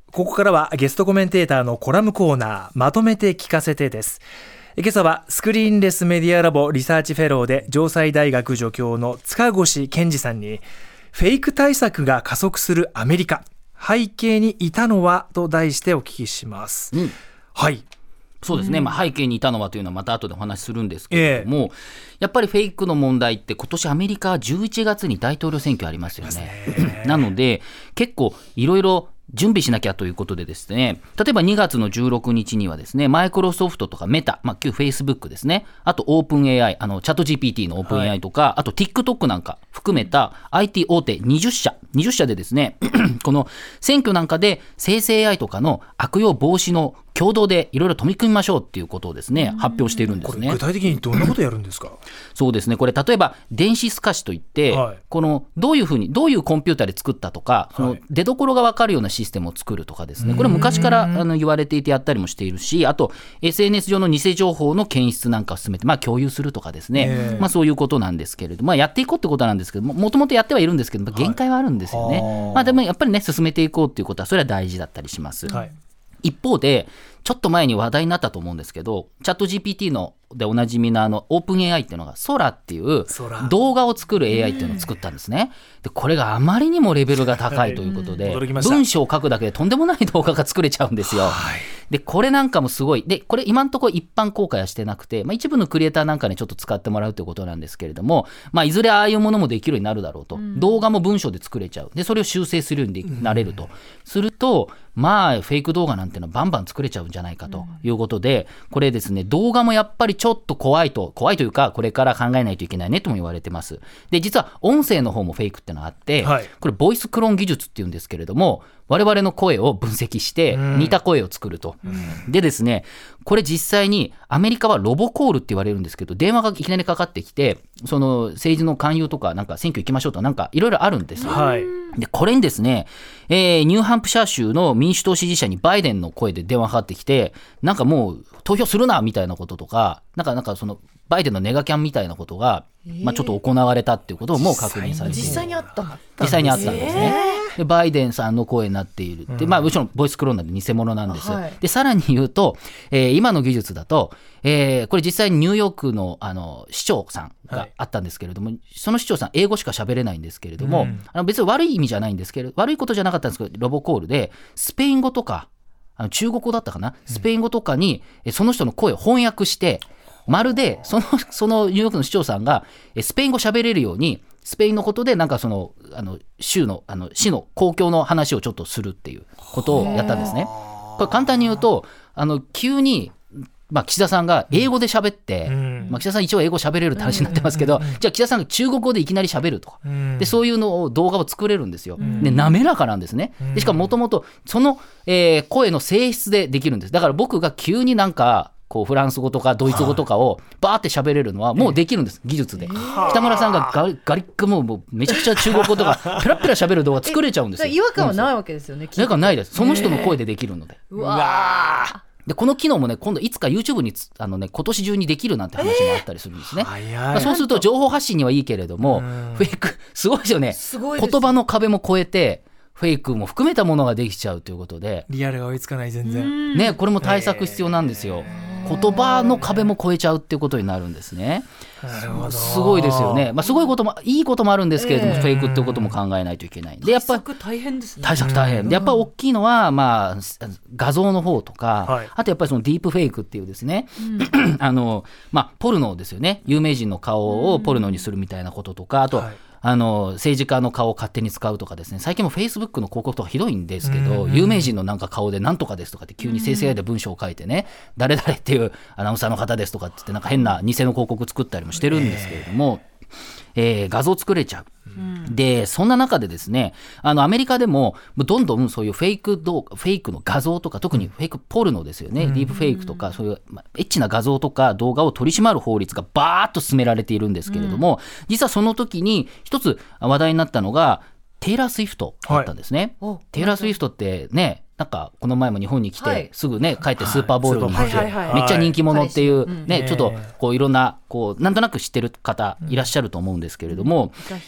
ここからはゲストコメンテーターのコラムコーナー、まとめて聞かせてです。今朝はスクリーンレスメディアラボリサーチフェローで城西大学助教の塚越健二さんに、フェイク対策が加速するアメリカ、背景にいたのはと題してお聞きします。はい、 そうですね、背景にいたのはというのはまた後でお話しするんですけれども、やっぱりフェイクの問題って今年アメリカは11月に大統領選挙ありますよね。なので結構いろいろ準備しなきゃということでですね、例えば2月の16日にはですね、マイクロソフトとかメタ、旧フェイスブックですね、あとオープン AI、チャット GPT のオープン AI とか、あと TikTok なんか含めた IT 大手20社でですねこの選挙なんかで生成 AI とかの悪用防止の共同でいろいろ取り組みましょうっていうことをですね発表しているんですね。 これ具体的にどんなことやるんですか？ そうですね、これ例えば電子透かしといって、このどういうコンピューターで作ったとか、その出所が分かるようなシステムを作るとかですね、これ昔から言われていてやったりもしているし、あと SNS 上の偽情報の検出なんかを進めて、共有するとかですね、そういうことなんですけれども、やっていこうってことなんですけども、もともとやってはいるんですけど限界はあるんですよね。でもやっぱりね、進めていこうっていうことはそれは大事だったりします。一方でちょっと前に話題になったと思うんですけど、チャット GPT のでおなじみのオープン AI っていうのがソラっていう動画を作る AI っていうのを作ったんですね。でこれがあまりにもレベルが高いということで、文章を書くだけでとんでもない動画が作れちゃうんですよ。でこれなんかもすごいで、これ今のところ一般公開はしてなくて、一部のクリエイターなんかにちょっと使ってもらうということなんですけれども、いずれああいうものもできるようになるだろうと、動画も文章で作れちゃう。でそれを修正するようになれると、するとフェイク動画なんていうのはバンバン作れちゃうんじゃないかということで、これですね、動画もやっぱりちょっと怖いというか、これから考えないといけないねとも言われてます。で実は音声の方もフェイクってのがあって、これボイスクローン技術っていうんですけれども、我々の声を分析して似た声を作ると。でですね、これ実際にアメリカはロボコールって言われるんですけど、電話がいきなりかかってきて、その政治の勧誘とか、なんか選挙行きましょうとか、なんかいろいろあるんですよ。でこれにですね、ニューハンプシャー州の民主党支持者にバイデンの声で電話かかってきて、なんかもう投票するなみたいなこととか、なんかそのバイデンのネガキャンみたいなことが、ちょっと行われたっていうことも確認されている。 実際にあったんですね。でバイデンさんの声になっているって、もちろんボイスクローンなんで偽物なんです。でさらに言うと、今の技術だと、これ実際にニューヨークの、市長さんがあったんですけれども、その市長さん英語しか喋れないんですけれども、別に悪い意味じゃないんですけど、悪いことじゃなかったんですけど、ロボコールでスペイン語とか中国語だったかな、スペイン語とかにその人の声を翻訳して、まるでそのニューヨークの市長さんがスペイン語喋れるように、スペインのことでなんかその市の公共の話をちょっとするっていうことをやったんですね。これ簡単に言うと、急に岸田さんが英語で喋って、岸田さん一応英語喋れるって話になってますけど、じゃあ岸田さんが中国語でいきなり喋るとか、でそういうのを動画を作れるんですよ。で滑らかなんですね。でしかももともとその、声の性質でできるんです。だから僕が急になんかこうフランス語とかドイツ語とかをバーって喋れるのはもうできるんです、技術で。北村さんがガリックもうめちゃくちゃ中国語とかペラペラ喋る動画作れちゃうんですよ。 違和感はないわけですよね。 違和感ないです。その人の声でできるので。でこの機能もね、今度いつか YouTube に今年中にできるなんて話もあったりするんですね。そうすると情報発信にはいいけれども、フェイクすごいですよね。言葉の壁も越えてフェイクも含めたものができちゃうということで、 リアルが追いつかない。全然ね、これも対策必要なんですよ。言葉の壁も越えちゃうっていうことになるんですね。すごいですよね。すごいこともいいこともあるんですけれども、フェイクっていうことも考えないといけない。でやっぱり対策大変ですね。 対策大変で、やっぱり大きいのは、画像の方とか、あとやっぱりそのディープフェイクっていうですね、ポルノですよね。有名人の顔をポルノにするみたいなこととか、あと、政治家の顔を勝手に使うとかですね、最近もフェイスブックの広告とかひどいんですけど、有名人のなんか顔でなんとかですとかって急に生成 AI で文章を書いてね、誰々っていうアナウンサーの方ですとかって言ってなんか変な偽の広告作ったりもしてるんですけれども、画像作れちゃう。でそんな中でですね、アメリカでもどんどんそういうフェイクの画像とか、特にフェイクポルノですよね、ディープフェイクとかそういうエッチな画像とか動画を取り締まる法律がバーッと進められているんですけれども、実はその時に一つ話題になったのがテイラー・スウィフトだったんですね。テイラー・スウィフトってね、なんかこの前も日本に来て、すぐね帰ってスーパーボウルに行ってめっちゃ人気者っていうね、ちょっとこういろんなこうなんとなく知ってる方いらっしゃると思うんですけれども、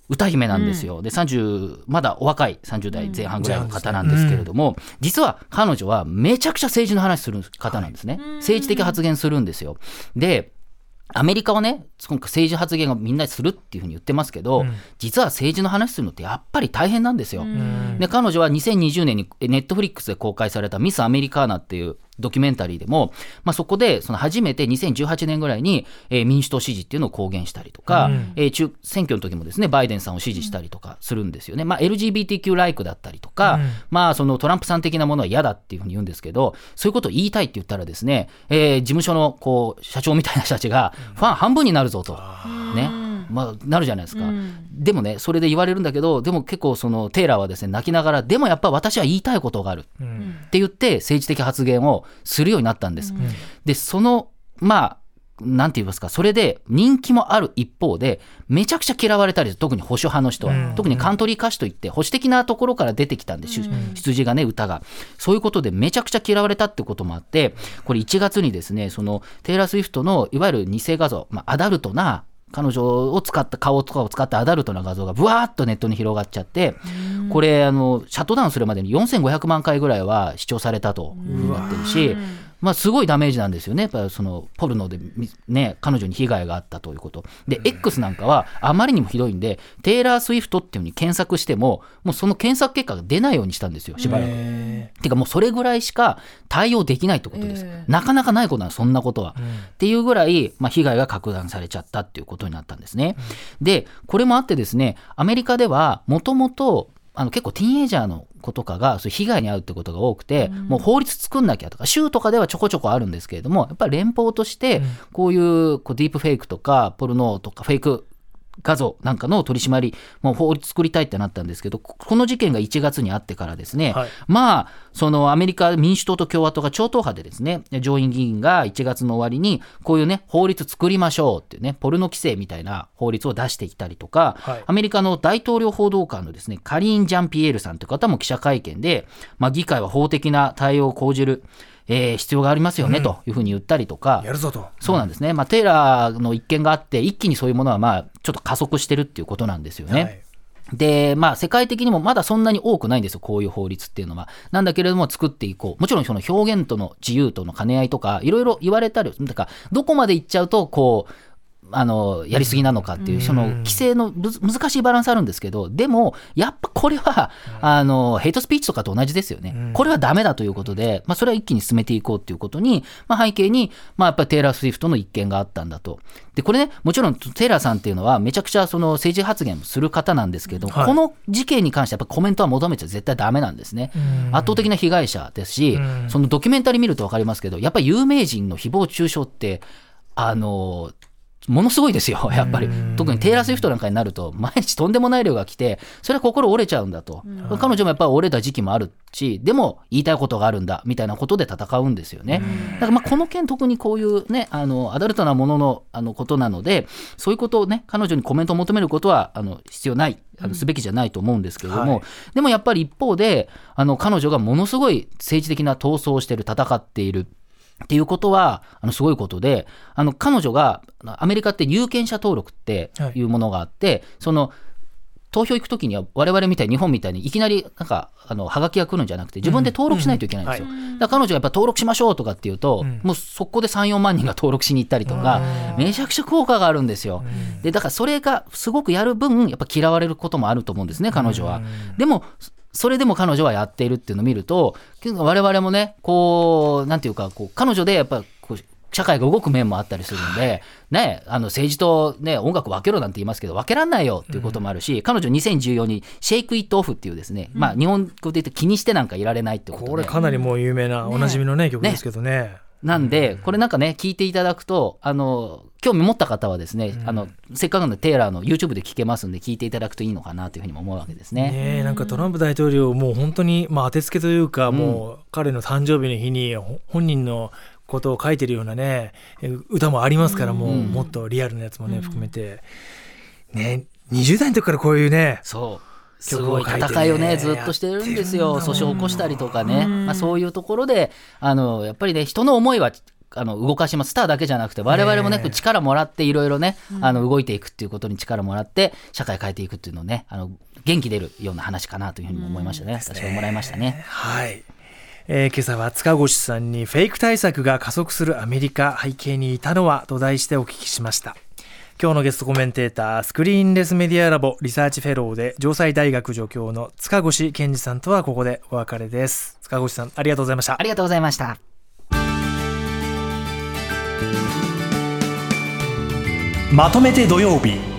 歌姫なんですよ。で30まだお若い30代前半ぐらいの方なんですけれども、実は彼女はめちゃくちゃ政治の話する方なんですね。政治的発言するんですよ。でアメリカはね、今回政治発言をみんなするっていうふうに言ってますけど、実は政治の話するのってやっぱり大変なんですよ。で彼女は2020年にネットフリックスで公開されたミスアメリカーナっていうドキュメンタリーでも、そこでその初めて2018年ぐらいに、民主党支持っていうのを公言したりとか、選挙の時もですねバイデンさんを支持したりとかするんですよね。LGBTQ ライクだったりとか、そのトランプさん的なものは嫌だっていうふうに言うんですけど、そういうことを言いたいって言ったらですね、事務所のこう社長みたいな人たちがファン半分になるぞとね、なるじゃないですか。でもねそれで言われるんだけど、でも結構そのテイラーはですね泣きながら、でもやっぱ私は言いたいことがあるって言って政治的発言をするようになったんです。でそのなんて言いますか、それで人気もある一方でめちゃくちゃ嫌われたり、特に保守派の人は、特にカントリー歌手といって保守的なところから出てきたんで、出自がね歌がそういうことでめちゃくちゃ嫌われたってこともあって、これ1月にですねそのテイラー・スウィフトのいわゆる偽画像、アダルトな彼女を使った顔とかを使ったアダルトな画像がブワーッとネットに広がっちゃって、これシャットダウンするまでに4500万回ぐらいは視聴されたとなってるし、すごいダメージなんですよね。やっぱりそのポルノで、ね、彼女に被害があったということで、X なんかはあまりにもひどいんでテイラー・スウィフトっていう風に検索してももうその検索結果が出ないようにしたんですよ、しばらく。てかもうそれぐらいしか対応できないってことです。なかなかないことなんです、そんなことは。っていうぐらい、被害が拡大されちゃったっていうことになったんですね。でこれもあってですね、アメリカではもともと結構ティーンエイジャーの子とかがそういう被害に遭うってことが多くて、もう法律作んなきゃとか州とかではちょこちょこあるんですけれども、やっぱり連邦としてこういうディープフェイクとかポルノとかフェイク画像なんかの取り締まりもう法律作りたいってなったんですけど、この事件が1月にあってからですね、そのアメリカ民主党と共和党が超党派でですね、上院議員が1月の終わりにこういうね法律作りましょうっていうね、ポルノ規制みたいな法律を出していったりとか、アメリカの大統領報道官のですねカリーン・ジャンピエールさんという方も記者会見で、議会は法的な対応を講じる必要がありますよねというふうに言ったりとか、 やるぞと。 そうなんですね。テイラーの一件があって一気にそういうものはちょっと加速してるっていうことなんですよね。で世界的にもまだそんなに多くないんですよ、こういう法律っていうのは。なんだけれども作っていこう。もちろんその表現との自由との兼ね合いとかいろいろ言われたり、だからどこまでいっちゃうとこうやりすぎなのかっていうその規制の難しいバランスあるんですけど、でもやっぱこれはヘイトスピーチとかと同じですよね。これはダメだということで、それは一気に進めていこうということに、背景にやっぱりテイラー・スウィフトの一件があったんだと。でこれね、もちろんテイラーさんっていうのはめちゃくちゃその政治発言する方なんですけど、この事件に関してはやっぱコメントは求めちゃ絶対ダメなんですね。圧倒的な被害者ですし、そのドキュメンタリー見ると分かりますけど、やっぱり有名人の誹謗中傷ってものすごいですよ、やっぱり。特にテイラー・スウィフトなんかになると毎日とんでもない量が来て、それは心折れちゃうんだと。彼女もやっぱり折れた時期もあるし、でも言いたいことがあるんだみたいなことで戦うんですよね。だからこの件特にこういうねアダルトなもののことなので、そういうことをね彼女にコメントを求めることは必要ない、すべきじゃないと思うんですけれども、でもやっぱり一方で彼女がものすごい政治的な闘争をしている、戦っているっていうことはすごいことで、彼女がアメリカって有権者登録っていうものがあって、その投票行くときには我々みたいに日本みたいにいきなりなんかはがきが来るんじゃなくて、自分で登録しないといけないんですよ。だから彼女がやっぱ登録しましょうとかっていうと、もうそこで 3,4 万人が登録しに行ったりとか、めちゃくちゃ効果があるんですよ。でだからそれがすごくやる分やっぱ嫌われることもあると思うんですね、彼女は。でもそれでも彼女はやっているっていうのを見ると、我々もねこうなんていうか、彼女でやっぱ社会が動く面もあったりするんで、政治と、音楽分けろなんて言いますけど分けらんないよっていうこともあるし、彼女2014にシェイクイットオフっていうですね、日本語で言うと気にしてなんかいられないってことで、 これかなりもう有名なおなじみの曲ですけどね。 なんでこれなんかね聞いていただくと興味持った方はですね、せっかくのでテイラーの YouTube で聞けますんで聞いていただくといいのかなというふうにも思うわけですね。 なんかトランプ大統領もう本当に当てつけというか、もう彼の誕生日の日に本人のことを書いてるようなね歌もありますから、もっとリアルなやつもね含めてね、20代の時からこういうねすごい戦いをねずっとしてるんですよ。訴訟を起こしたりとかね、そういうところでやっぱりね人の思いは動かします。スターだけじゃなくて我々もね、力もらっていろいろね、動いていくっていうことに力もらって社会変えていくっていうのをね、元気出るような話かなというふうに思いましたね。私はもらいましたね。 はい。今朝は塚越さんにフェイク対策が加速するアメリカ、背景にいたのはと題してお聞きしました。今日のゲストコメンテーター、スクリーンレスメディアラボリサーチフェローで城西大学助教の塚越健二さんとはここでお別れです。塚越さん、ありがとうございました。 ありがとうございました。 まとめて土曜日。